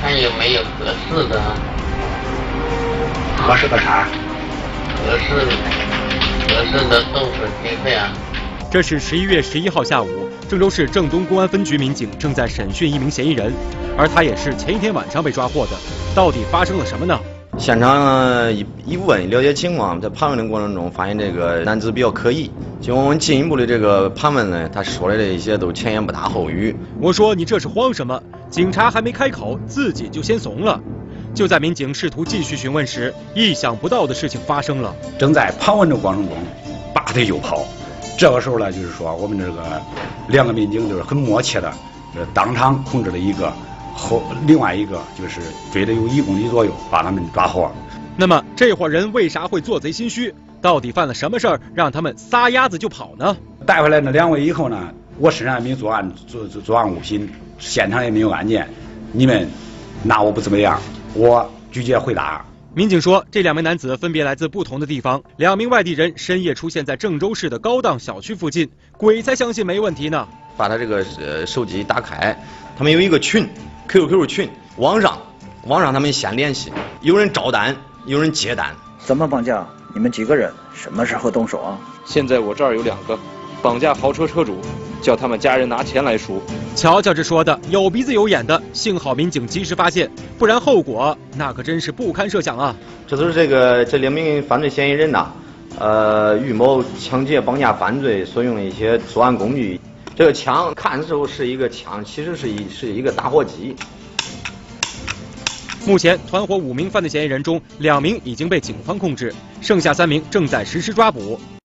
看有没有合适的。 合适的啥？ 合适的动手经费啊。 这是11月11号下午，郑州市郑东公安分局民警正在审讯一名嫌疑人，而他也是前一天晚上被抓获的。到底发生了什么呢？ 现场一问了解情况，在盘问的过程中发现这个男子比较可疑。经过我们进一步的这个盘问呢，他说的这一些都前言不搭后语。 我说你这是慌什么？警察还没开口，自己就先怂了。就在民警试图继续询问时，意想不到的事情发生了。 正在盘问的过程中，拔腿就跑。这个时候呢，就是说我们这个两个民警就是很默契的，当场控制了一个，另外一个就是追了有1公里左右，把他们抓获。 那么这伙人为啥会做贼心虚？到底犯了什么事儿，让他们撒丫子就跑呢？ 带回来那2位以后呢，我身上也没有作案物品，现场也没有案件，你们拿我不怎么样，我拒绝回答。 民警说，这2名男子分别来自不同的地方，2名外地人深夜出现在郑州市的高档小区附近，鬼才相信没问题呢。 把他这个手机打开，他们有一个群 ，QQ 群，网上他们先联系，有人招单，有人接单。 怎么绑架？你们几个人？什么时候动手啊？ 现在我这儿有2个，绑架豪车车主，叫他们家人拿钱来赎。 瞧瞧这说的，有鼻子有眼的，幸好民警及时发现，不然后果那可真是不堪设想啊！ 这都是这2名犯罪嫌疑人呐，预谋抢劫、绑架犯罪所用的一些作案工具。这个枪看的时候是一个枪，其实是一个打火机。 目前团伙5名犯罪嫌疑人中，2名已经被警方控制，剩下3名正在实施抓捕。